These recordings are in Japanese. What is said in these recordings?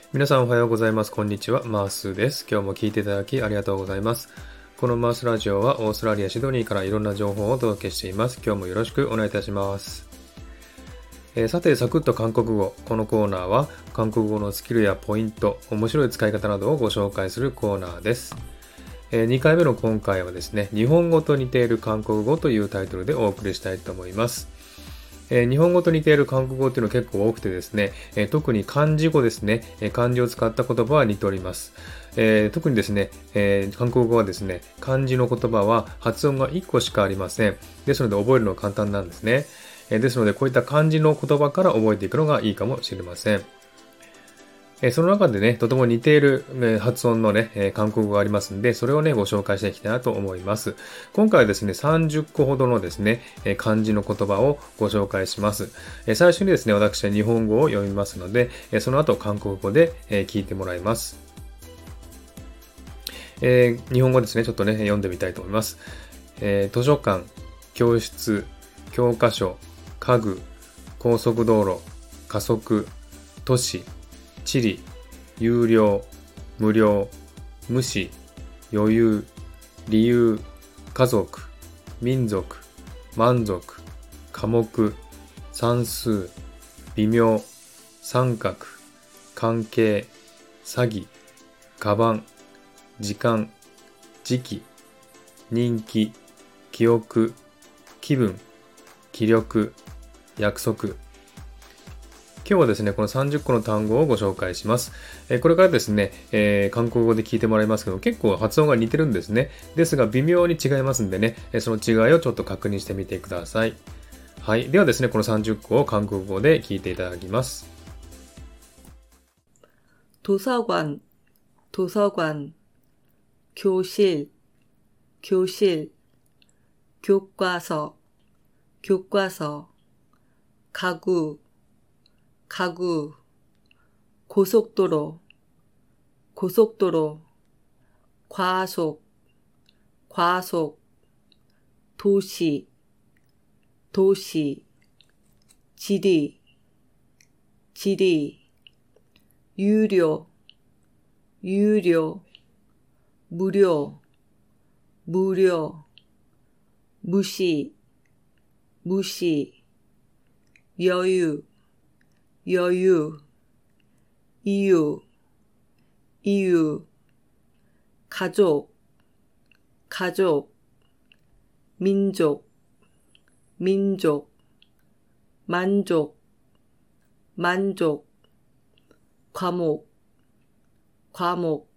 皆さんおはようございます。こんにちは。マースです。今日も聞いていただきありがとうございます。このマースラジオはオーストラリア・シドニーからいろんな情報をお届けしています。今日もよろしくお願いいたします。さて、サクッと韓国語。このコーナーは韓国語のスキルやポイント、面白い使い方などをご紹介するコーナーです。2回目の今回はですね、日本語と似ている韓国語というタイトルでお送りしたいと思います。日本語と似ている韓国語っていうのは結構多くてですね、特に漢字語ですね、漢字を使った言葉は似ております。特にですね、韓国語はですね、漢字の言葉は発音が1個しかありません。ですので覚えるのは簡単なんですね。ですのでこういった漢字の言葉から覚えていくのがいいかもしれません。その中でね、とても似ている発音のね、韓国語がありますんで、それをね、ご紹介していきたいなと思います。今回はですね、30個ほどのですね、漢字の言葉をご紹介します。最初にですね、私は日本語を読みますので、その後韓国語で聞いてもらいます。日本語ですね、ちょっとね、読んでみたいと思います。図書館、教室、教科書、家具、高速道路、加速、都市、地理、有料、無料、無視、余裕、理由、家族、民族、満足、科目、算数、微妙、三角、関係、詐欺、カバン、時間、時期、人気、記憶、気分、気力、約束。今日はですね、この30個の単語をご紹介します。これからですね、韓国語で聞いてもらいますけど、結構発音が似てるんですね。ですが微妙に違いますんでね、その違いをちょっと確認してみてください。はい。ではですね、この30個を韓国語で聞いていただきます。 도서관, 도서관, 교실, 교실, 교과서, 교과서, 가구, 가구, 고속도로, 고속도로, 과속, 과속, 도시, 도시, 지리, 지리, 유료, 유료, 무료, 무료, 무시, 무시, 여유, 여유, 이유, 이유, 가족, 가족, 민족, 민족, 만족, 만족, 과목, 과목,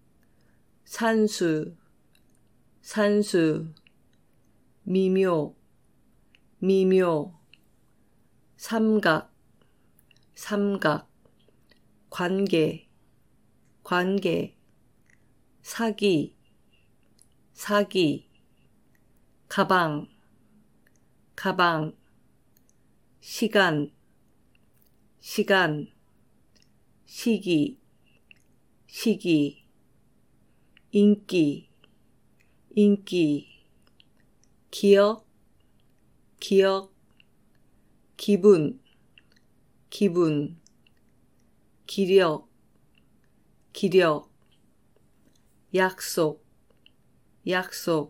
산수, 산수, 미묘, 미묘, 삼각, 삼각, 관계, 관계, 사기, 사기, 가방, 가방, 시간, 시간, 시기, 시기, 인기, 인기, 기억, 기억, 기분, 기분, 기력, 기력, 약속, 약속。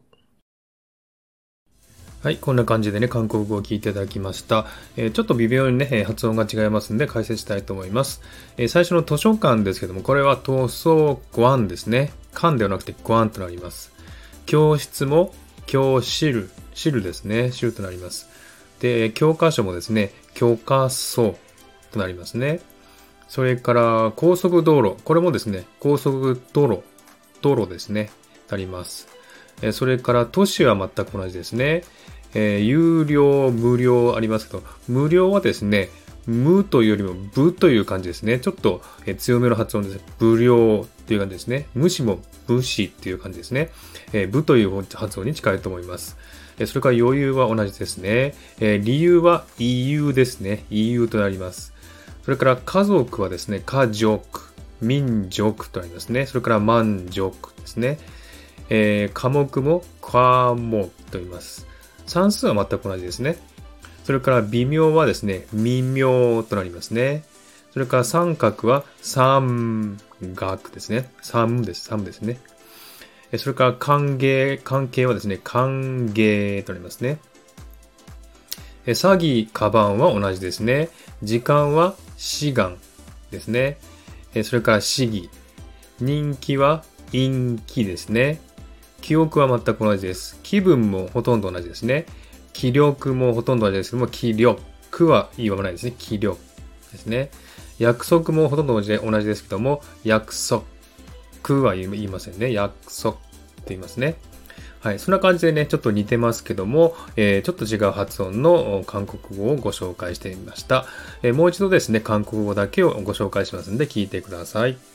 はい、こんな感じでね、韓国語を聞いていただきました。ちょっと微妙にね、発音が違いますので解説したいと思います。最初の図書館ですけども、これは図書館ですね。館ではなくて館となります。教室も教室ですね。室となります。で、教科書もですね、教科書となりますね。それから高速道路、これもですね、高速道路ですね、なります。それから都市は全く同じですね。有料、無料ありますけど、無料はですね、無というよりも部という感じですね。ちょっと強めの発音です。無料っていう感じですね。無視も武士っていう感じですね。部という発音に近いと思います。それから余裕は同じですね。理由は EU ですね。EU となります。それから家族はですね、家族、民族となりますね。それから満足ですね。科目も科目と言います。算数は全く同じですね。それから微妙はですね、微妙となりますね。 それから三角は三角ですね。三です。三ですね。それから関係はですね、歓迎となりますね。詐欺、カバンは同じですね。時間は志願ですね。それから市議。人気は陰気ですね。記憶は全く同じです。気分もほとんど同じですね。気力もほとんど同じですけども、気力は言わないですね。気力ですね。約束もほとんど同じですけども、約束は言いませんね。約束って言いますね。はい。そんな感じでね、ちょっと似てますけども、ちょっと違う発音の韓国語をご紹介してみました。もう一度ですね、韓国語だけをご紹介しますので、聞いてください。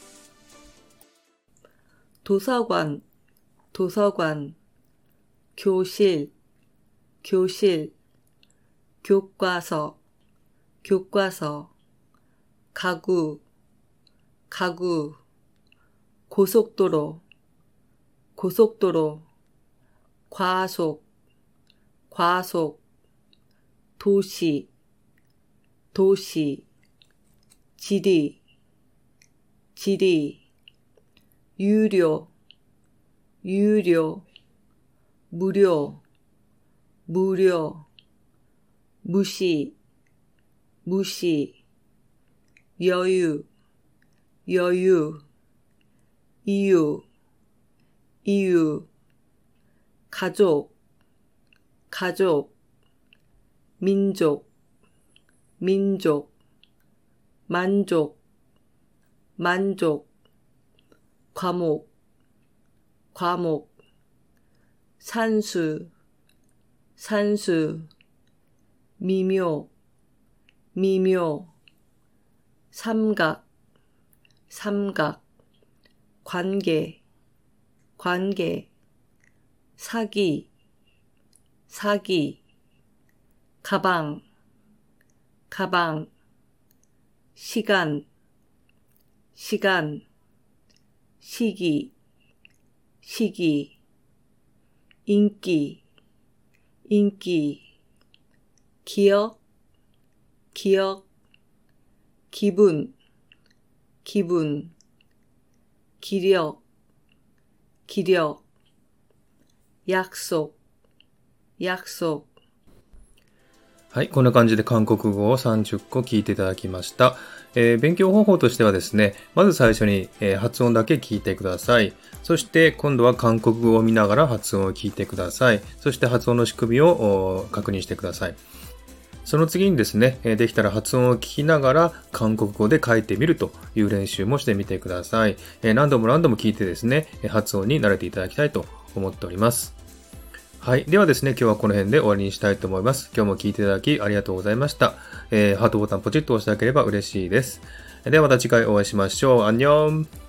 도서관, 도서관, 교실, 교실, 교과서, 교과서, 가구, 가구, 고속도로, 고속도로, 과속, 과속, 도시, 도시, 지리, 지리, 유료, 유료, 무료, 무료, 무시, 무시, 여유, 여유, 이유, 이유, 가족, 가족, 민족, 민족, 만족, 만족, 과목, 과목, 산수, 산수, 미묘, 미묘, 삼각, 삼각, 관계, 관계, 사기, 사기, 가방, 가방, 시간, 시간, 시기, 시기, 인기, 인기, 기억, 기억, 기분, 기분, 기력, 기력, 약속, 약속。 はい。こんな感じで韓国語を30個聞いていただきました。勉強方法としてはですね、まず最初に、発音だけ聞いてください。そして今度は韓国語を見ながら発音を聞いてください。そして発音の仕組みを確認してください。その次にですね、できたら発音を聞きながら韓国語で書いてみるという練習もしてみてください。何度も聞いてですね、発音に慣れていただきたいと思っております。はい。ではですね、今日はこの辺で終わりにしたいと思います。今日も聞いていただきありがとうございました。ハートボタンポチッと押していただければ嬉しいです。ではまた次回お会いしましょう。アンニョン。